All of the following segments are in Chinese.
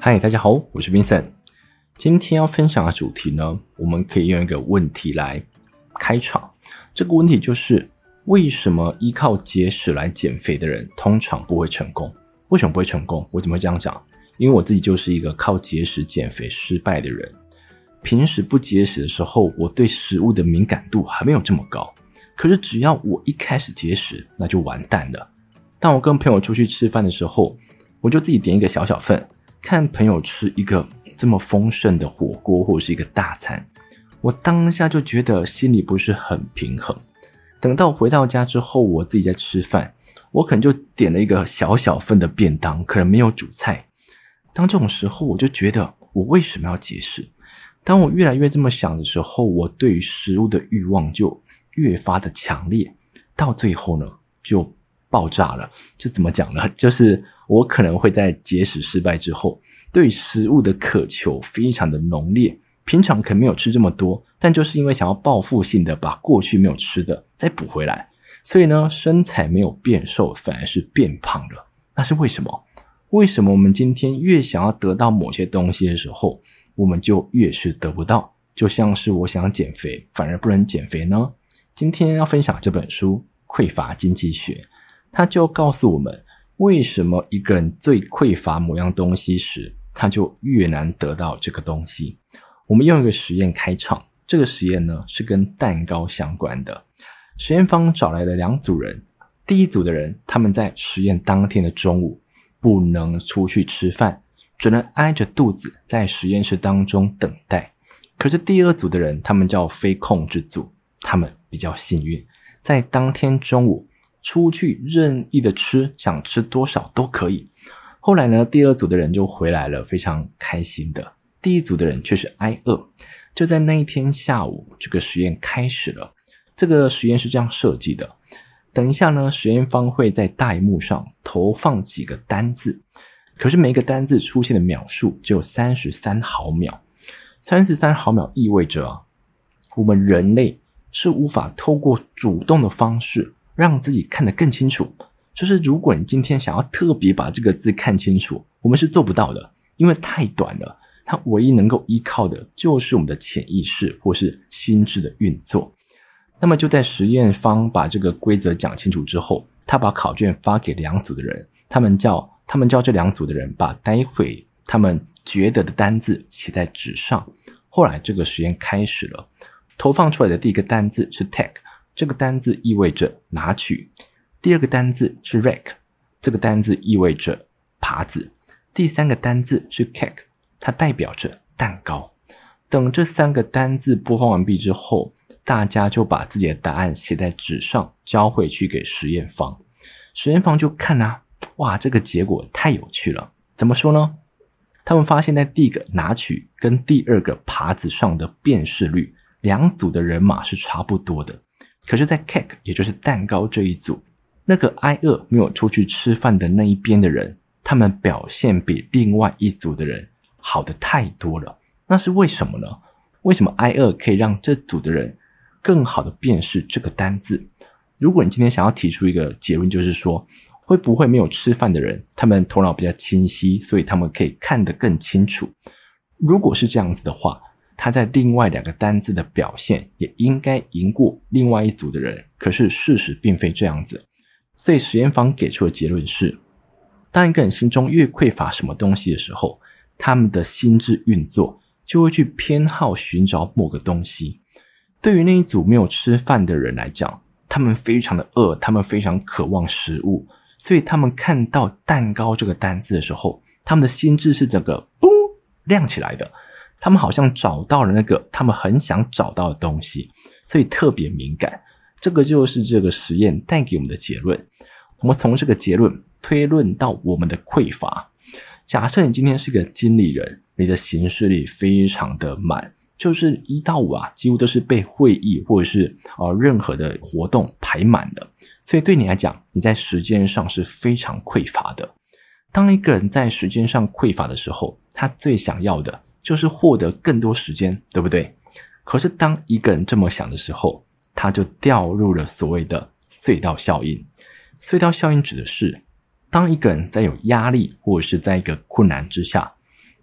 嗨，大家好，我是 Vincent。今天要分享的主题呢，我们可以用一个问题来开场。这个问题就是，为什么依靠节食来减肥的人通常不会成功？为什么不会成功？我怎么会这样讲？因为我自己就是一个靠节食减肥失败的人。平时不节食的时候，我对食物的敏感度还没有这么高。可是只要我一开始节食，那就完蛋了。当我跟朋友出去吃饭的时候，我就自己点一个小份，看朋友吃一个这么丰盛的火锅或者是一个大餐，我当下就觉得心里不是很平衡。等到回到家之后，我自己在吃饭，我可能就点了一个小份的便当，可能没有主菜。当这种时候，我就觉得我为什么要节食？当我越来越这么想的时候，我对于食物的欲望就越发的强烈，到最后呢，就爆炸了。就怎么讲呢？就是我可能会在节食失败之后，对食物的渴求非常的浓烈，平常可能没有吃这么多，但就是因为想要报复性的把过去没有吃的再补回来，所以呢，身材没有变瘦，反而是变胖了。那是为什么？为什么我们今天越想要得到某些东西的时候，我们就越是得不到？就像是我想减肥，反而不能减肥呢？今天要分享这本书《匮乏经济学》，它就告诉我们，为什么一个人最匮乏某样东西时，他就越难得到这个东西。我们用一个实验开场，这个实验呢是跟蛋糕相关的。实验方找来了2组人，第一组的人他们在实验当天的中午不能出去吃饭，只能挨着肚子在实验室当中等待。可是第二组的人，他们叫非控制组，他们比较幸运，在当天中午出去任意的吃，想吃多少都可以。后来呢，第二组的人就回来了，非常开心的。第一组的人却是挨饿。就在那一天下午，这个实验开始了。这个实验是这样设计的，等一下呢，实验方会在大萤幕上投放几个单字，可是每一个单字出现的秒数只有33毫秒。33毫秒意味着我们人类是无法透过主动的方式让自己看得更清楚。就是如果你今天想要特别把这个字看清楚，我们是做不到的，因为太短了。它唯一能够依靠的就是我们的潜意识或是心智的运作。那么就在实验方把这个规则讲清楚之后，他把考卷发给2组的人，他们叫这2组的人把待会他们觉得的单字写在纸上。后来这个实验开始了，投放出来的第一个单字是 take， 这个单字意味着拿取。第二个单字是 rake， 这个单字意味着耙子。第三个单字是 cake， 它代表着蛋糕。等这3个单字播放完毕之后，大家就把自己的答案写在纸上，交回去给实验方。实验方就看哇，这个结果太有趣了。怎么说呢？他们发现在第一个拿取跟第二个耙子上的辨识率，2组的人马是差不多的。可是在 cake， 也就是蛋糕这一组，那个挨饿没有出去吃饭的那一边的人，他们表现比另外一组的人好得太多了。那是为什么呢？为什么挨饿可以让这组的人更好的辨识这个单字？如果你今天想要提出一个结论，就是说会不会没有吃饭的人他们头脑比较清晰，所以他们可以看得更清楚？如果是这样子的话，他在另外2个单字的表现也应该赢过另外一组的人。可是事实并非这样子，所以实验方给出的结论是，当一个人心中越匮乏什么东西的时候，他们的心智运作就会去偏好寻找某个东西。对于那一组没有吃饭的人来讲，他们非常的饿，他们非常渴望食物，所以他们看到蛋糕这个单字的时候，他们的心智是整个嘣亮起来的。他们好像找到了那个他们很想找到的东西，所以特别敏感。这个就是这个实验带给我们的结论。我们从这个结论推论到我们的匮乏。假设你今天是个经理人，你的行事历非常的满，就是1到5几乎都是被会议或者是任何的活动排满的，所以对你来讲，你在时间上是非常匮乏的。当一个人在时间上匮乏的时候，他最想要的就是获得更多时间，对不对？可是当一个人这么想的时候，他就掉入了所谓的隧道效应。隧道效应指的是，当一个人在有压力或者是在一个困难之下，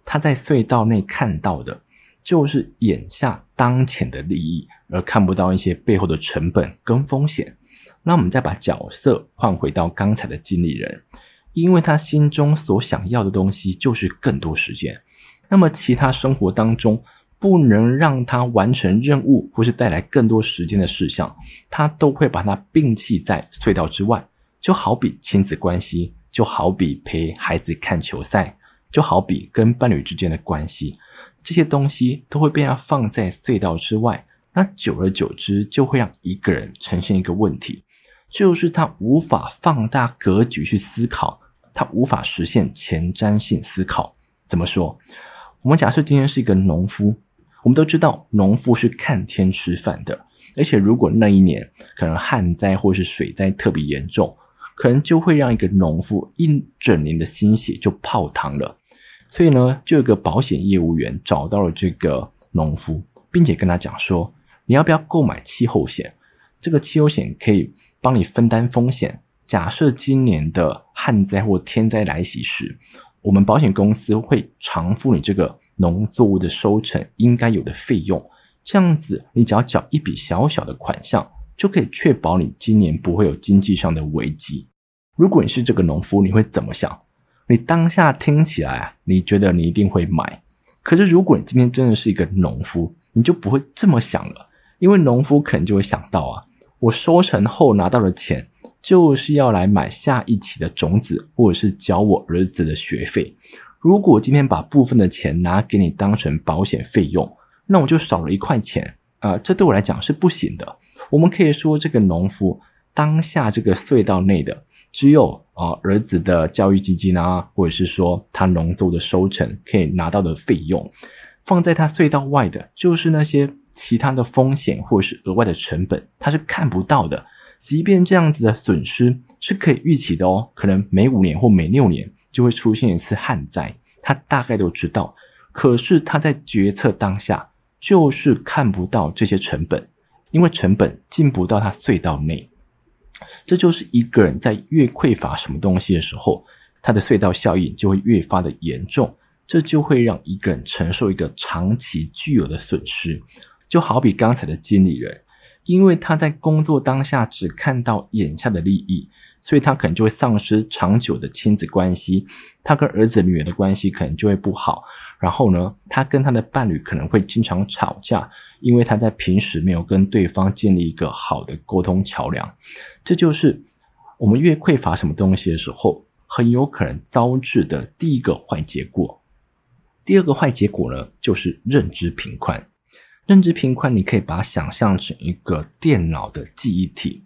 他在隧道内看到的就是眼下当前的利益，而看不到一些背后的成本跟风险。那我们再把角色换回到刚才的经理人，因为他心中所想要的东西就是更多时间，那么其他生活当中不能让他完成任务或是带来更多时间的事项，他都会把它摒弃在隧道之外。就好比亲子关系，就好比陪孩子看球赛，就好比跟伴侣之间的关系，这些东西都会被他放在隧道之外。那久而久之就会让一个人呈现一个问题，就是他无法放大格局去思考，他无法实现前瞻性思考。怎么说？我们假设今天是一个农夫，我们都知道农夫是看天吃饭的，而且如果那一年可能旱灾或是水灾特别严重，可能就会让一个农夫一整年的心血就泡汤了。所以呢，就有个保险业务员找到了这个农夫，并且跟他讲说，你要不要购买气候险？这个气候险可以帮你分担风险，假设今年的旱灾或天灾来袭时，我们保险公司会偿付你这个农作物的收成应该有的费用，这样子你只要缴一笔小小的款项，就可以确保你今年不会有经济上的危机。如果你是这个农夫，你会怎么想？你当下听起来你觉得你一定会买，可是如果你今天真的是一个农夫，你就不会这么想了，因为农夫可能就会想到我收成后拿到的钱就是要来买下一期的种子，或者是缴我儿子的学费。如果今天把部分的钱拿给你当成保险费用，那我就少了1块钱，这对我来讲是不行的。我们可以说这个农夫当下这个隧道内的只有儿子的教育基金或者是说他农作的收成可以拿到的费用，放在他隧道外的就是那些其他的风险或者是额外的成本，他是看不到的。即便这样子的损失是可以预期的可能每5年或每6年就会出现一次旱灾，他大概都知道，可是他在决策当下就是看不到这些成本，因为成本进不到他隧道内。这就是一个人在越匮乏什么东西的时候，他的隧道效应就会越发的严重，这就会让一个人承受一个长期巨额的损失。就好比刚才的经理人，因为他在工作当下只看到眼下的利益，所以他可能就会丧失长久的亲子关系，他跟儿子女儿的关系可能就会不好，然后呢，他跟他的伴侣可能会经常吵架，因为他在平时没有跟对方建立一个好的沟通桥梁。这就是我们越匮乏什么东西的时候，很有可能招致的第一个坏结果。第二个坏结果呢，就是认知频宽。认知频宽你可以把它想象成一个电脑的记忆体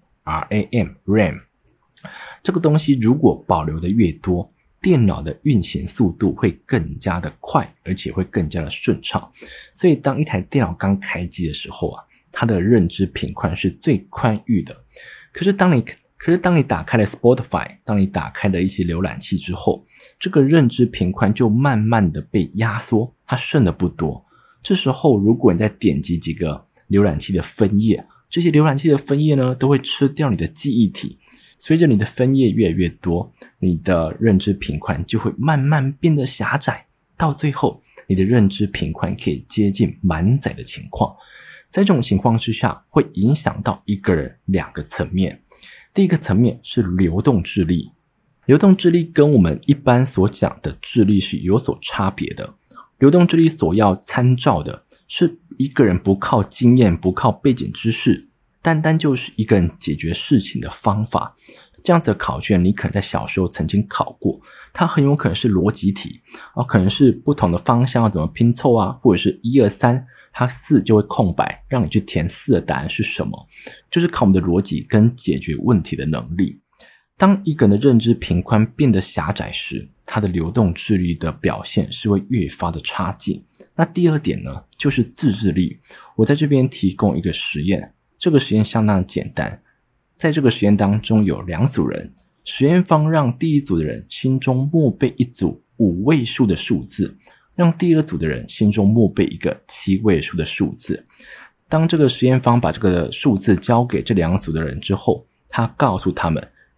RAM。 这个东西如果保留的越多，电脑的运行速度会更加的快，而且会更加的顺畅。所以当一台电脑刚开机的时候它的认知频宽是最宽裕的。可是当你打开了 Spotify， 当你打开了一些浏览器之后，这个认知频宽就慢慢的被压缩，它剩的不多。这时候如果你再点击几个浏览器的分页，这些浏览器的分页呢都会吃掉你的记忆体，随着你的分页越来越多，你的认知频宽就会慢慢变得狭窄，到最后你的认知频宽可以接近满载的情况。在这种情况之下，会影响到一个人2个层面。第一个层面是流动智力，流动智力跟我们一般所讲的智力是有所差别的。流动智力所要参照的是一个人不靠经验，不靠背景知识，单单就是一个人解决事情的方法。这样子的考卷你可能在小时候曾经考过，它很有可能是逻辑题可能是不同的方向要怎么拼凑或者是1、2、3，它4就会空白，让你去填4的答案是什么，就是靠我们的逻辑跟解决问题的能力。当一个人的认知频宽变得狭窄时，他的流动智力的表现是会越发的差劲。那第二点呢，就是自制力。我在这边提供一个实验，这个实验相当简单。在这个实验当中有2组人，实验方让第一组的人心中默背一组5位数的数字，让第二组的人心中默背一个7位数的数字。当这个实验方把这个数字交给这2组的人之后，他告诉他们，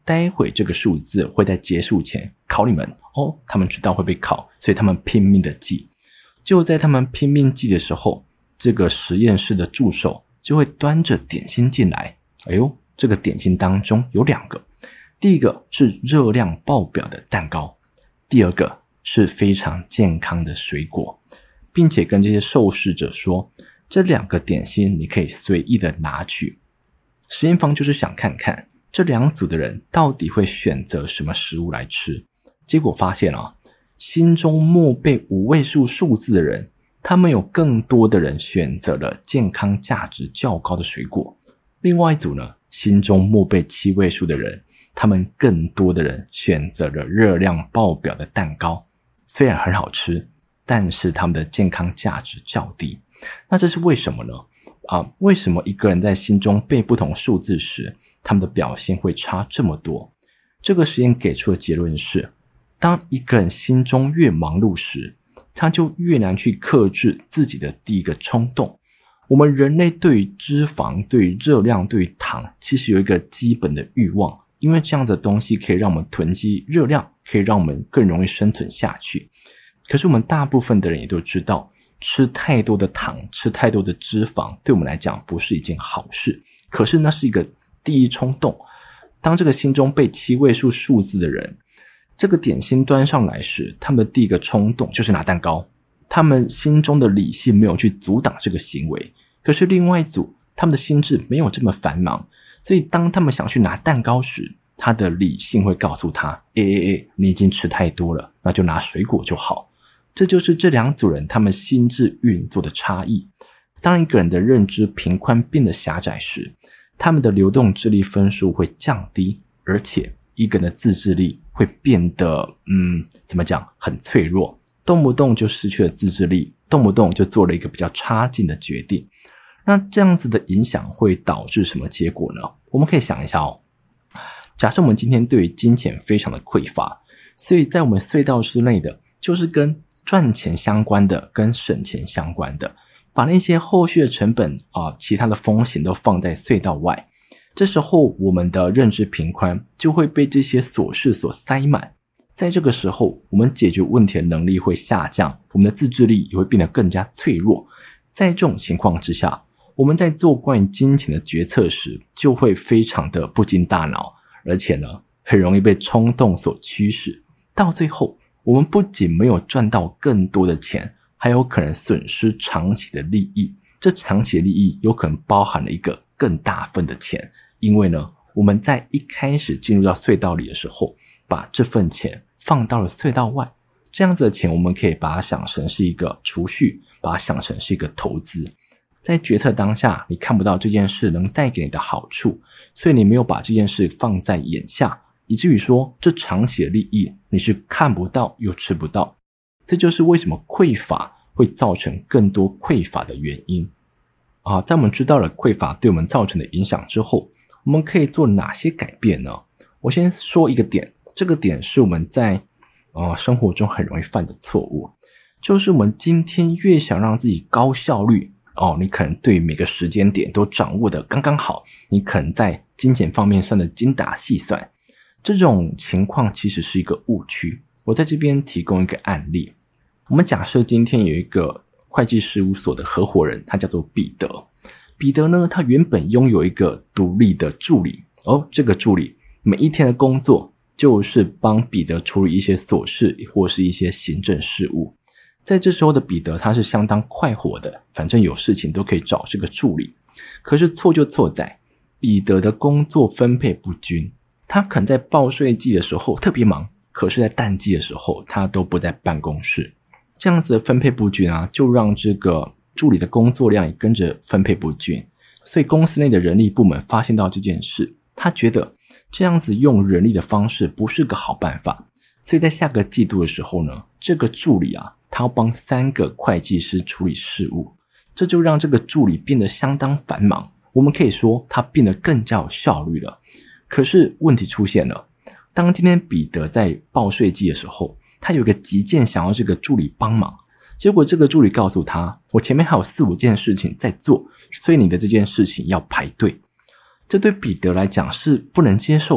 待会这个数字会在结束前考你们哦，他们知道会被考，所以他们拼命的记。就在他们拼命记的时候，这个实验室的助手就会端着点心进来。哎呦，这个点心当中有2个，第一个是热量爆表的蛋糕，第二个是非常健康的水果，并且跟这些受试者说，这2个点心你可以随意的拿取。实验方就是想看看这2组的人到底会选择什么食物来吃。结果发现心中默背5位数数字的人，他们有更多的人选择了健康价值较高的水果。另外一组呢，心中默背7位数的人，他们更多的人选择了热量爆表的蛋糕。虽然很好吃，但是他们的健康价值较低。那这是为什么呢？为什么一个人在心中背不同数字时，他们的表现会差这么多？这个实验给出的结论是，当一个人心中越忙碌时，他就越难去克制自己的第一个冲动。我们人类对于脂肪、对于热量、对于糖，其实有一个基本的欲望，因为这样的东西可以让我们囤积热量，可以让我们更容易生存下去。可是我们大部分的人也都知道，吃太多的糖，吃太多的脂肪，对我们来讲不是一件好事。可是那是一个第一冲动。当这个心中背7位数数字的人，这个点心端上来时，他们的第一个冲动就是拿蛋糕。他们心中的理性没有去阻挡这个行为，可是另外一组，他们的心智没有这么繁忙，所以当他们想去拿蛋糕时，他的理性会告诉他，你已经吃太多了，那就拿水果就好。这就是这2组人他们心智运作的差异。当一个人的认知频宽变得狭窄时，他们的流动智力分数会降低，而且一个人的自制力会变得很脆弱，动不动就失去了自制力，动不动就做了一个比较差劲的决定。那这样子的影响会导致什么结果呢？我们可以想一下假设我们今天对于金钱非常的匮乏，所以在我们隧道之内的就是跟赚钱相关的，跟省钱相关的，把那些后续的成本其他的风险都放在隧道外。这时候我们的认知频宽就会被这些琐事所塞满，在这个时候我们解决问题的能力会下降，我们的自制力也会变得更加脆弱。在这种情况之下，我们在做关于金钱的决策时就会非常的不经大脑，而且呢很容易被冲动所驱使。到最后我们不仅没有赚到更多的钱，还有可能损失长期的利益。这长期的利益有可能包含了一个更大份的钱，因为呢我们在一开始进入到隧道里的时候，把这份钱放到了隧道外。这样子的钱我们可以把它想成是一个储蓄，把它想成是一个投资。在决策当下你看不到这件事能带给你的好处，所以你没有把这件事放在眼下，以至于说这长期的利益你是看不到又吃不到。这就是为什么匮乏会造成更多匮乏的原因。在我们知道了匮乏对我们造成的影响之后，我们可以做哪些改变呢？我先说一个点，这个点是我们在生活中很容易犯的错误，就是我们今天越想让自己高效率你可能对每个时间点都掌握的刚刚好，你可能在金钱方面算的精打细算，这种情况其实是一个误区。我在这边提供一个案例，我们假设今天有一个会计事务所的合伙人，他叫做彼得。彼得呢，他原本拥有一个独立的助理，这个助理每一天的工作就是帮彼得处理一些琐事或是一些行政事务。在这时候的彼得他是相当快活的，反正有事情都可以找这个助理。可是错就错在彼得的工作分配不均，他可能在报税季的时候特别忙，可是在淡季的时候他都不在办公室。这样子的分配不均就让这个助理的工作量也跟着分配不均。所以公司内的人力部门发现到这件事，他觉得这样子用人力的方式不是个好办法。所以在下个季度的时候呢，这个助理他要帮3个会计师处理事务，这就让这个助理变得相当繁忙。我们可以说他变得更加有效率了。可是问题出现了，当今天彼得在报税季的时候，他有一个急件想要这个助理帮忙，结果这个助理告诉他，我前面还有4-5件事情在做，所以你的这件事情要排队。这对彼得来讲是不能接受的，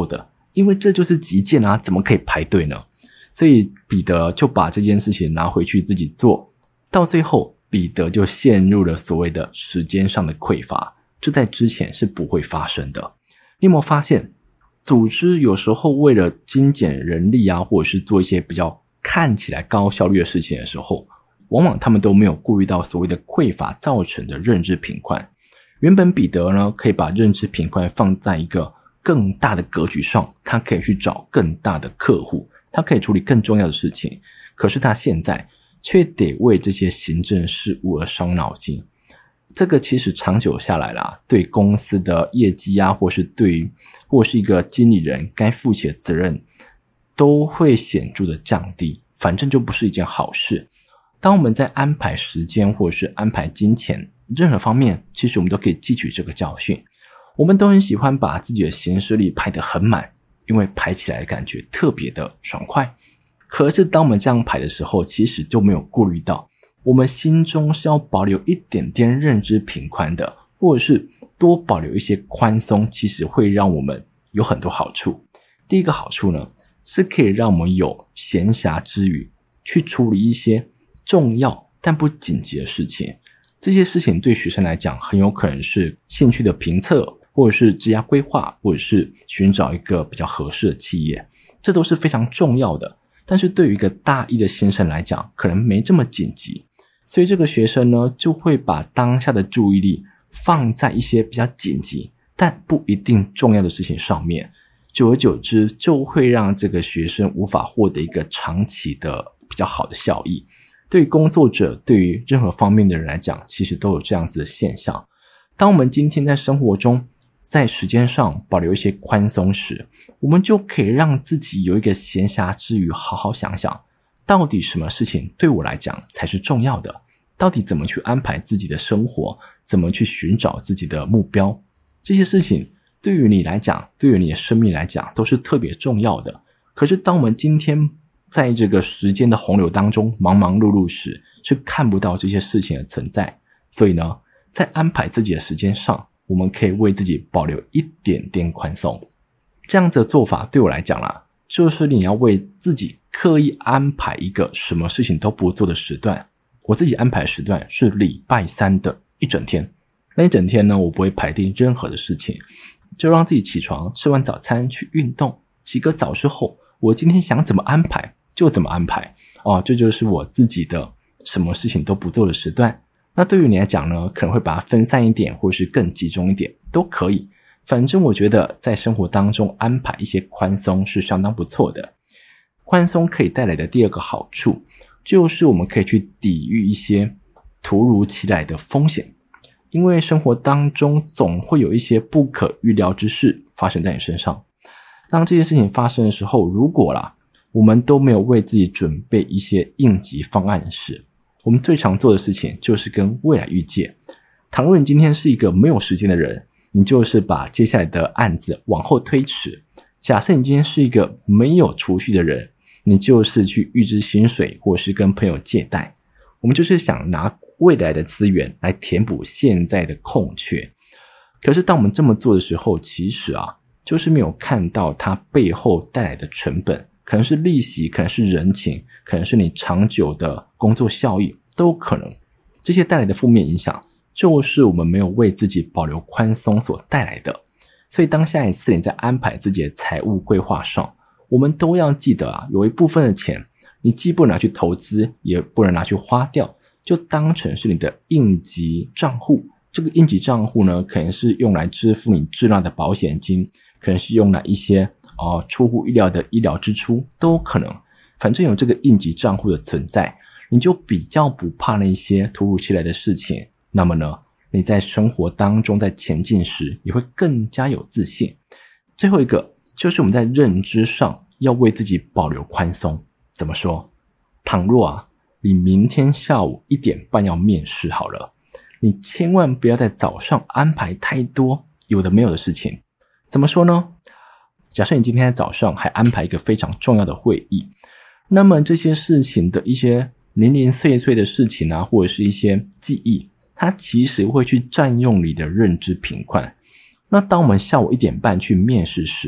因为这就是急件啊，怎么可以排队呢？所以彼得就把这件事情拿回去自己做，到最后彼得就陷入了所谓的时间上的匮乏，这在之前是不会发生的。你有没有发现，组织有时候为了精简人力啊，或者是做一些比较看起来高效率的事情的时候，往往他们都没有顾虑到所谓的匮乏造成的认知贫困。原本彼得呢，可以把认知贫困放在一个更大的格局上，他可以去找更大的客户，他可以处理更重要的事情，可是他现在却得为这些行政事务而伤脑筋。这个其实长久下来啦，对公司的业绩啊，或是一个经理人该负起的责任都会显著的降低，反正就不是一件好事。当我们在安排时间或者是安排金钱任何方面，其实我们都可以汲取这个教训。我们都很喜欢把自己的行事历排得很满，因为排起来的感觉特别的爽快。可是当我们这样排的时候，其实就没有顾虑到我们心中是要保留一点点认知贫宽的，或者是多保留一些宽松，其实会让我们有很多好处。第一个好处呢，是可以让我们有闲暇之余去处理一些重要但不紧急的事情。这些事情对学生来讲，很有可能是兴趣的评测，或者是职业规划，或者是寻找一个比较合适的企业，这都是非常重要的。但是对于一个大一的新生来讲，可能没这么紧急，所以这个学生呢，就会把当下的注意力放在一些比较紧急但不一定重要的事情上面，久而久之就会让这个学生无法获得一个长期的比较好的效益。对于工作者，对于任何方面的人来讲，其实都有这样子的现象。当我们今天在生活中在时间上保留一些宽松时，我们就可以让自己有一个闲暇之余好好想想，到底什么事情对我来讲才是重要的，到底怎么去安排自己的生活，怎么去寻找自己的目标。这些事情对于你来讲，对于你的生命来讲都是特别重要的。可是当我们今天在这个时间的洪流当中忙忙碌碌时，是看不到这些事情的存在。所以呢，在安排自己的时间上，我们可以为自己保留一点点宽松。这样子的做法对我来讲啦，就是你要为自己刻意安排一个什么事情都不做的时段。我自己安排的时段是礼拜三的一整天，那一整天呢，我不会排定任何的事情，就让自己起床，吃完早餐去运动，洗个澡之后，我今天想怎么安排就怎么安排这就是我自己的什么事情都不做的时段。那对于你来讲呢，可能会把它分散一点，或是更集中一点都可以。反正我觉得在生活当中安排一些宽松是相当不错的。宽松可以带来的第二个好处，就是我们可以去抵御一些突如其来的风险。因为生活当中总会有一些不可预料之事发生在你身上。当这些事情发生的时候，如果我们都没有为自己准备一些应急方案时，我们最常做的事情就是跟未来预借。倘若你今天是一个没有时间的人，你就是把接下来的案子往后推迟。假设你今天是一个没有储蓄的人，你就是去预支薪水，或是跟朋友借贷。我们就是想拿未来的资源来填补现在的空缺。可是当我们这么做的时候，其实就是没有看到它背后带来的成本，可能是利息，可能是人情，可能是你长久的工作效益，都有可能。这些带来的负面影响，就是我们没有为自己保留宽松所带来的。所以当下一次你在安排自己的财务规划上，我们都要记得有一部分的钱，你既不能拿去投资，也不能拿去花掉，就当成是你的应急账户。这个应急账户呢，可能是用来支付你滞纳的保险金，可能是用来一些出乎意料的医疗支出，都有可能。反正有这个应急账户的存在，你就比较不怕那些突如其来的事情。那么呢，你在生活当中在前进时也会更加有自信。最后一个就是我们在认知上要为自己保留宽松。怎么说？倘若你明天下午1点半要面试好了，你千万不要在早上安排太多有的没有的事情。怎么说呢？假设你今天在早上还安排一个非常重要的会议，那么这些事情的一些零零碎碎的事情或者是一些记忆，它其实会去占用你的认知频宽。那当我们下午1点半去面试时，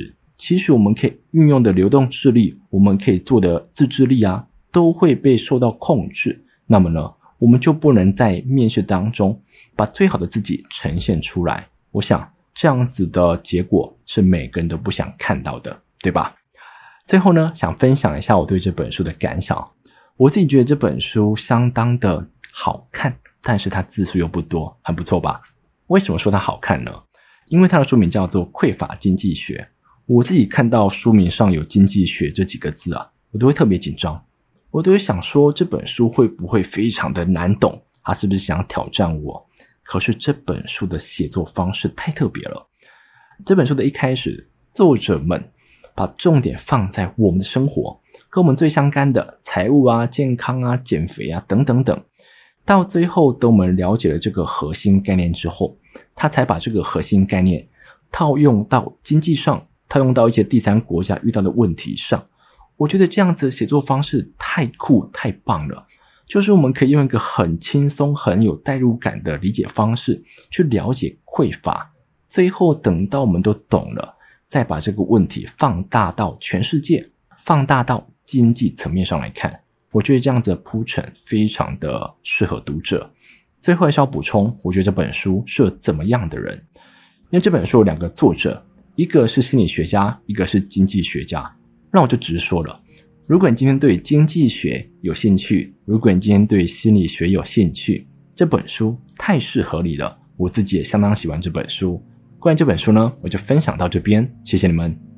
其实我们可以运用的流动智力，我们可以做的自制力啊，都会被受到控制。那么呢，我们就不能在面试当中把最好的自己呈现出来。我想这样子的结果是每个人都不想看到的，对吧？最后呢，想分享一下我对这本书的感想。我自己觉得这本书相当的好看，但是它字数又不多，很不错吧？为什么说它好看呢？因为它的书名叫做《匮乏经济学》。我自己看到书名上有经济学这几个字啊，我都会特别紧张，我都会想说这本书会不会非常的难懂，他是不是想挑战我？可是这本书的写作方式太特别了。这本书的一开始，作者们把重点放在我们的生活，跟我们最相干的财务啊、健康啊、减肥啊等等等。到最后，等我们了解了这个核心概念之后，他才把这个核心概念套用到经济上，套用到一些第三国家遇到的问题上。我觉得这样子的写作方式太酷太棒了，就是我们可以用一个很轻松很有代入感的理解方式去了解匮乏，最后等到我们都懂了，再把这个问题放大到全世界，放大到经济层面上来看。我觉得这样子的铺陈非常的适合读者。最后还是要补充，我觉得这本书适合怎么样的人？因为这本书有两个作者，一个是心理学家，一个是经济学家。那我就直说了，如果你今天对经济学有兴趣，如果你今天对心理学有兴趣，这本书太适合你了。我自己也相当喜欢这本书。关于这本书呢，我就分享到这边，谢谢你们。